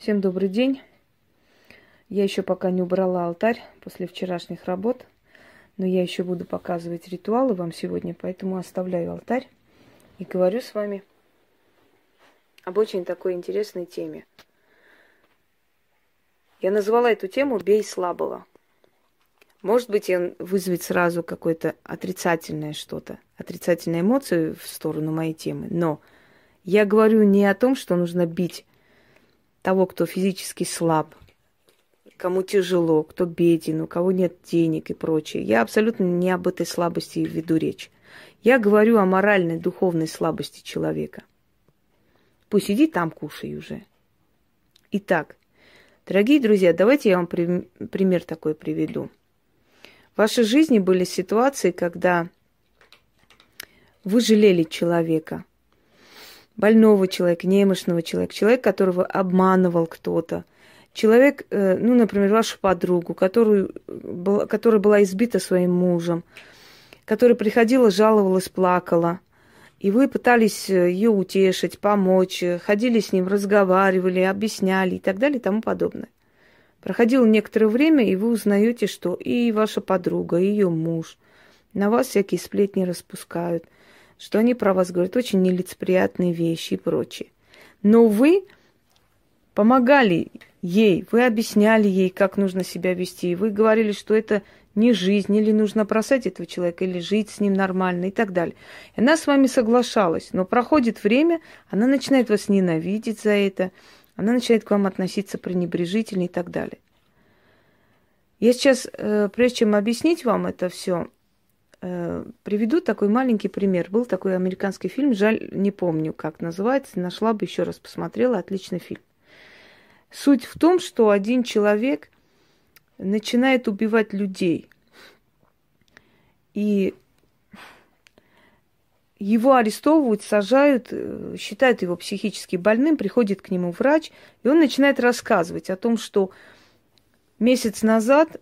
Всем добрый день. Я еще пока не убрала алтарь после вчерашних работ, но я еще буду показывать ритуалы вам сегодня, поэтому оставляю алтарь и говорю с вами об очень такой интересной теме. Я назвала эту тему «Бей слабого». Может быть, он вызовет сразу какое-то отрицательное что-то, отрицательные эмоции в сторону моей темы, но я говорю не о том, что нужно бить того, кто физически слаб, кому тяжело, кто беден, у кого нет денег и прочее. Я абсолютно не об этой слабости веду речь. Я говорю о моральной, духовной слабости человека. Пусть иди там кушай уже. Итак, дорогие друзья, давайте я вам пример такой приведу. В вашей жизни были ситуации, когда вы жалели человека, больного человека, немощного человека, человека, которого обманывал кто-то, человек, например, вашу подругу, которая была избита своим мужем, которая приходила, жаловалась, плакала, и вы пытались ее утешить, помочь, ходили с ним, разговаривали, объясняли и так далее и тому подобное. Проходило некоторое время, и вы узнаете, что и ваша подруга, и ее муж на вас всякие сплетни распускают, что они про вас говорят очень нелицеприятные вещи и прочее. Но вы помогали ей, вы объясняли ей, как нужно себя вести, вы говорили, что это не жизнь, или нужно бросать этого человека, или жить с ним нормально и так далее. И она с вами соглашалась, но проходит время, она начинает вас ненавидеть за это, она начинает к вам относиться пренебрежительно и так далее. Я сейчас, прежде чем объяснить вам это все, приведу такой маленький пример. Был такой американский фильм, жаль, не помню, как называется, нашла бы, еще раз посмотрела, отличный фильм. Суть в том, что один человек начинает убивать людей, и его арестовывают, сажают, считают его психически больным, приходит к нему врач, и он начинает рассказывать о том, что месяц назад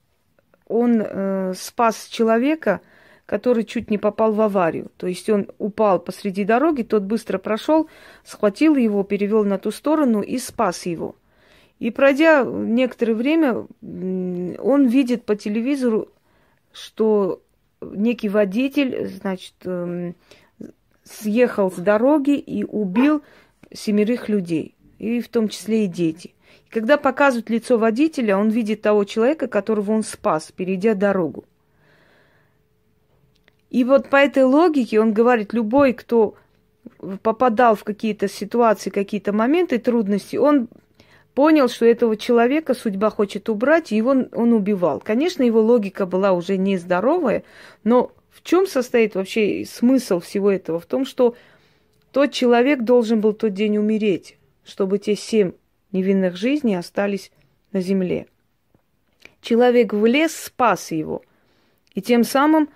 он спас человека, который чуть не попал в аварию. То есть он упал посреди дороги, тот быстро прошел, схватил его, перевел на ту сторону и спас его. И пройдя некоторое время, он видит по телевизору, что некий водитель, значит, съехал с дороги и убил 7 людей, и в том числе и дети. И когда показывают лицо водителя, он видит того человека, которого он спас, перейдя дорогу. И вот по этой логике он говорит, любой, кто попадал в какие-то ситуации, какие-то моменты, трудности, он понял, что этого человека судьба хочет убрать, и его он убивал. Конечно, его логика была уже нездоровая, но в чем состоит вообще смысл всего этого? В том, что тот человек должен был тот день умереть, чтобы те 7 невинных жизней остались на земле. Человек влез, спас его, и тем самым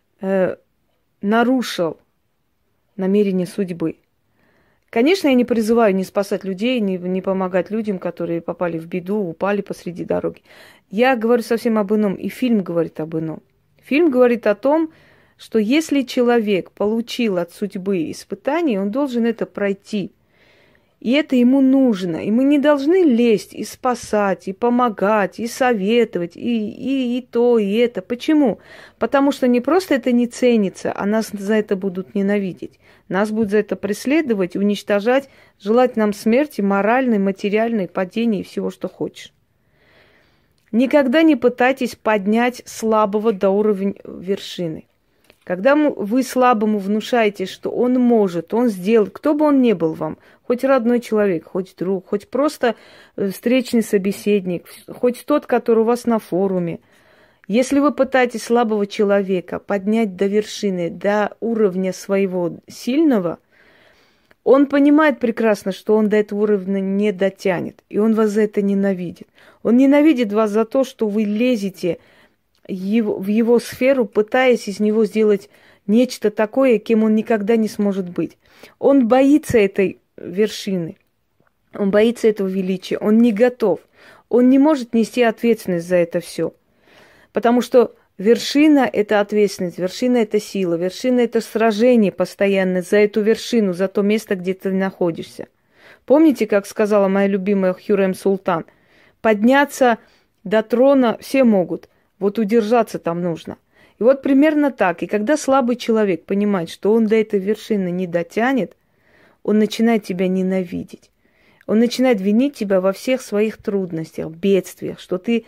нарушил намерение судьбы. Конечно, я не призываю не спасать людей, не помогать людям, которые попали в беду, упали посреди дороги. Я говорю совсем об ином, и фильм говорит об ином. Фильм говорит о том, что если человек получил от судьбы испытание, он должен это пройти. И это ему нужно. И мы не должны лезть и спасать, и помогать, и советовать, и то, и это. Почему? Потому что не просто это не ценится, а нас за это будут ненавидеть. Нас будут за это преследовать, уничтожать, желать нам смерти, моральной, материальной, падения и всего, что хочешь. Никогда не пытайтесь поднять слабого до уровня вершины. Когда вы слабому внушаете, что он может, он сделает, кто бы он ни был вам, хоть родной человек, хоть друг, хоть просто встречный собеседник, хоть тот, который у вас на форуме. Если вы пытаетесь слабого человека поднять до вершины, до уровня своего сильного, он понимает прекрасно, что он до этого уровня не дотянет, и он вас за это ненавидит. Он ненавидит вас за то, что вы лезете в его сферу, пытаясь из него сделать нечто такое, кем он никогда не сможет быть. Он боится этой вершины, он боится этого величия, он не готов, он не может нести ответственность за это все. Потому что вершина – это ответственность, вершина – это сила, вершина – это сражение постоянно за эту вершину, за то место, где ты находишься. Помните, как сказала моя любимая Хюррем Султан? Подняться до трона все могут, вот удержаться там нужно. И вот примерно так. И когда слабый человек понимает, что он до этой вершины не дотянет, он начинает тебя ненавидеть. Он начинает винить тебя во всех своих трудностях, бедствиях, что ты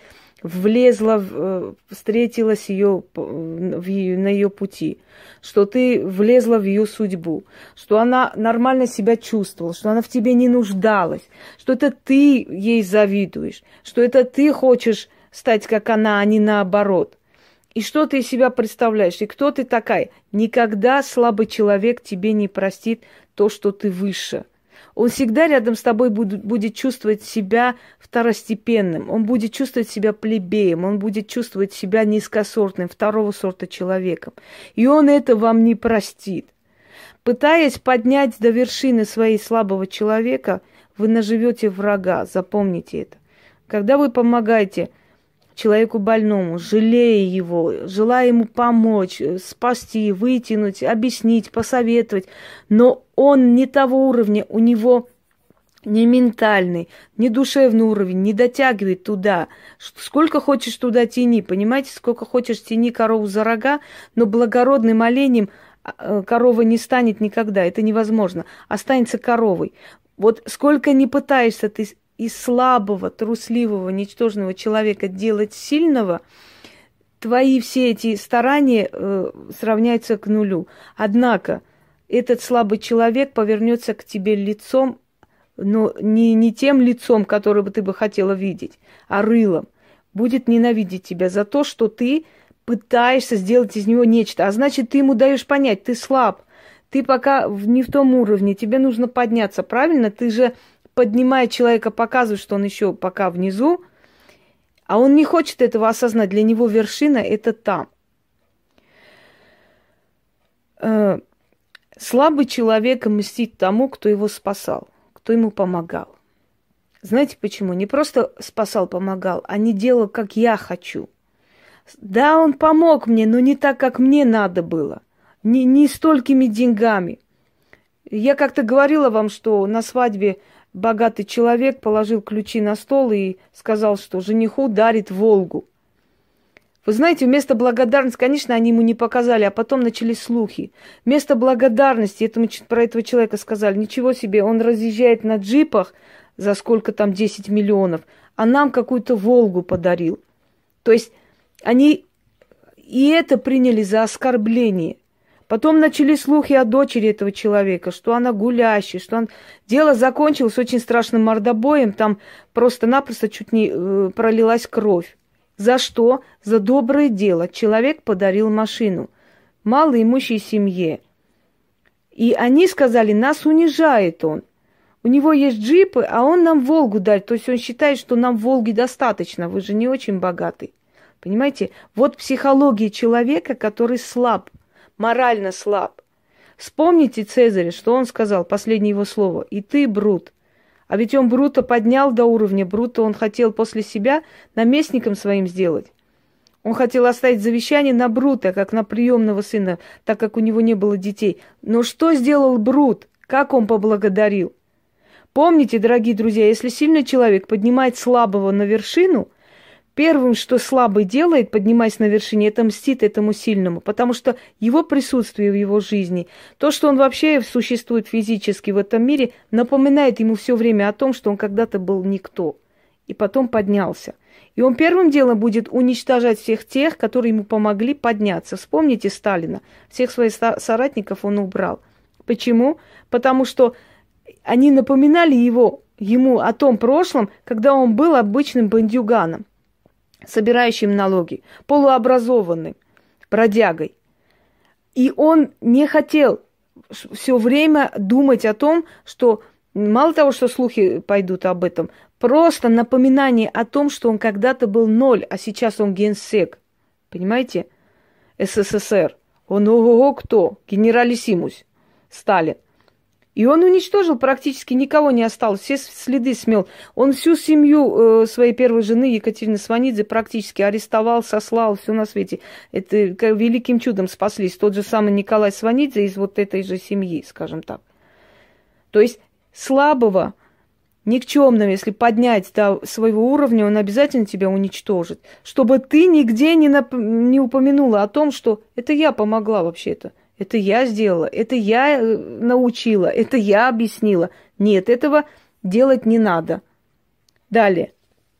влезла, встретилась на ее пути, что ты влезла в ее судьбу, что она нормально себя чувствовала, что она в тебе не нуждалась, что это ты ей завидуешь, что это ты хочешь стать как она, а не наоборот. И что ты из себя представляешь, и кто ты такая? Никогда слабый человек тебе не простит то, что ты выше. Он всегда рядом с тобой будет чувствовать себя второстепенным, он будет чувствовать себя плебеем, он будет чувствовать себя низкосортным, второго сорта человеком. И он это вам не простит. Пытаясь поднять до вершины своей слабого человека, вы наживете врага, запомните это. Когда вы помогаете человеку больному, жалея его, желая ему помочь, спасти, вытянуть, объяснить, посоветовать, но он не того уровня, у него не ментальный, не душевный уровень, не дотягивает туда. Сколько хочешь туда тяни, понимаете, сколько хочешь тяни корову за рога, но благородным оленем корова не станет никогда, это невозможно, останется коровой. Вот сколько не пытаешься ты из слабого, трусливого, ничтожного человека делать сильного, твои все эти старания сравняются к нулю. Однако этот слабый человек повернется к тебе лицом, но не тем лицом, которое бы ты бы хотела видеть, а рылом. Будет ненавидеть тебя за то, что ты пытаешься сделать из него нечто. А значит, ты ему даешь понять, ты слаб, ты пока не в том уровне, тебе нужно подняться, правильно? Ты же, поднимая человека, показываешь, что он еще пока внизу, а он не хочет этого осознать. Для него вершина – это там. Слабый человек мстит тому, кто его спасал, кто ему помогал. Знаете почему? Не просто спасал, помогал, а не делал, как я хочу. Да, он помог мне, но не так, как мне надо было. Не столькими деньгами. Я как-то говорила вам, что на свадьбе богатый человек положил ключи на стол и сказал, что жениху дарит Волгу. Вы знаете, вместо благодарности, конечно, они ему не показали, а потом начались слухи. Вместо благодарности про этого человека сказали, ничего себе, он разъезжает на джипах за сколько там, 10 миллионов, а нам какую-то Волгу подарил. То есть они и это приняли за оскорбление. Потом начались слухи о дочери этого человека, что она гулящая, что дело закончилось очень страшным мордобоем, там просто-напросто чуть не пролилась кровь. За что? За доброе дело. Человек подарил машину малоимущей семье. И они сказали, нас унижает он. У него есть джипы, а он нам Волгу дает. То есть он считает, что нам Волги достаточно. Вы же не очень богатый. Понимаете? Вот психология человека, который слаб. Морально слаб. Вспомните Цезаря, что он сказал, последнее его слово. И ты, Брут. А ведь он Брута поднял до уровня. Брута он хотел после себя наместником своим сделать. Он хотел оставить завещание на Брута, как на приемного сына, так как у него не было детей. Но что сделал Брут? Как он поблагодарил? Помните, дорогие друзья, если сильный человек поднимает слабого на вершину, первым, что слабый делает, поднимаясь на вершине, это мстит этому сильному, потому что его присутствие в его жизни, то, что он вообще существует физически в этом мире, напоминает ему все время о том, что он когда-то был никто, и потом поднялся. И он первым делом будет уничтожать всех тех, которые ему помогли подняться. Вспомните Сталина. Всех своих соратников он убрал. Почему? Потому что они напоминали ему о том прошлом, когда он был обычным бандюганом, собирающим налоги, полуобразованным, бродягой. И он не хотел все время думать о том, что мало того, что слухи пойдут об этом, просто напоминание о том, что он когда-то был ноль, а сейчас он генсек. Понимаете? СССР. Он ого-го кто? Генералиссимус Сталин. И он уничтожил, практически никого не осталось, все следы смел. Он всю семью своей первой жены Екатерины Сванидзе практически арестовал, сослал, все на свете. Это как великим чудом спаслись. Тот же самый Николай Сванидзе из вот этой же семьи, скажем так. То есть слабого никчемным, если поднять до своего уровня, он обязательно тебя уничтожит. Чтобы ты нигде не упомянула о том, что это я помогла вообще-то. Это я сделала, это я научила, это я объяснила. Нет, этого делать не надо. Далее.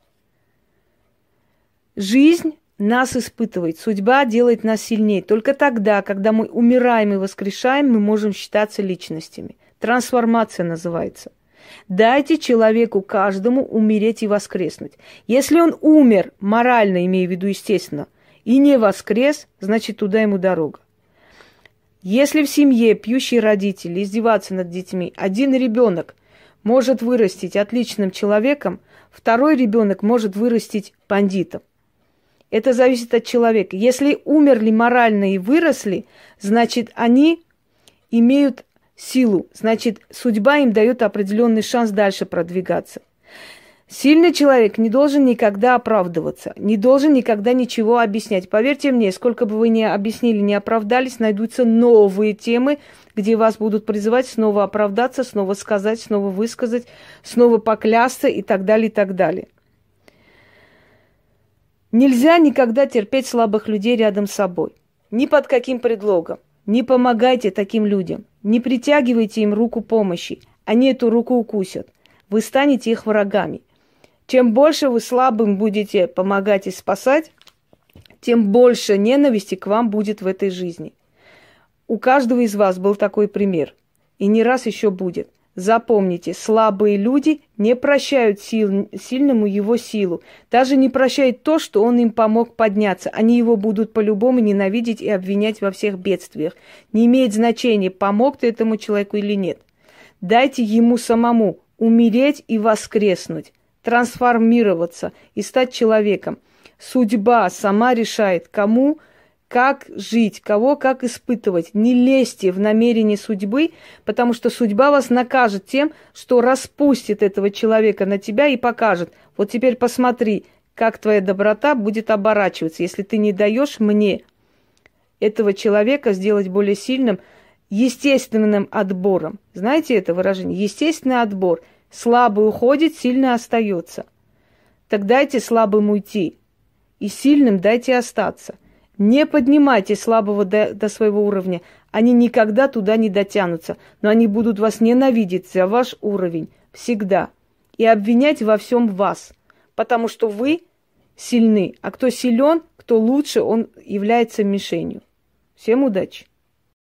Жизнь нас испытывает, судьба делает нас сильнее. Только тогда, когда мы умираем и воскрешаем, мы можем считаться личностями. Трансформация называется. Дайте человеку каждому умереть и воскреснуть. Если он умер, морально, имею в виду, естественно, и не воскрес, значит, туда ему дорога. Если в семье пьющие родители издеваются над детьми, один ребенок может вырастить отличным человеком, второй ребенок может вырастить бандитом. Это зависит от человека. Если умерли морально и выросли, значит, они имеют силу. Значит, судьба им дает определенный шанс дальше продвигаться. Сильный человек не должен никогда оправдываться, не должен никогда ничего объяснять. Поверьте мне, сколько бы вы ни объяснили, не оправдались, найдутся новые темы, где вас будут призывать снова оправдаться, снова сказать, снова высказать, снова поклясться и так далее, и так далее. Нельзя никогда терпеть слабых людей рядом с собой. Ни под каким предлогом. Не помогайте таким людям. Не притягивайте им руку помощи. Они эту руку укусят. Вы станете их врагами. Чем больше вы слабым будете помогать и спасать, тем больше ненависти к вам будет в этой жизни. У каждого из вас был такой пример. И не раз еще будет. Запомните, слабые люди не прощают сильному его силу. Даже не прощают то, что он им помог подняться. Они его будут по-любому ненавидеть и обвинять во всех бедствиях. Не имеет значения, помог ты этому человеку или нет. Дайте ему самому умереть и воскреснуть, трансформироваться и стать человеком. Судьба сама решает, кому как жить, кого как испытывать. Не лезьте в намерение судьбы, потому что судьба вас накажет тем, что распустит этого человека на тебя и покажет. Вот теперь посмотри, как твоя доброта будет оборачиваться, если ты не даешь мне этого человека сделать более сильным, естественным отбором. Знаете это выражение? Естественный отбор. Слабый уходит, сильный остается. Так дайте слабым уйти, и сильным дайте остаться. Не поднимайте слабого до своего уровня. Они никогда туда не дотянутся. Но они будут вас ненавидеть за ваш уровень. Всегда. И обвинять во всем вас. Потому что вы сильны. А кто силен, кто лучше, он является мишенью. Всем удачи!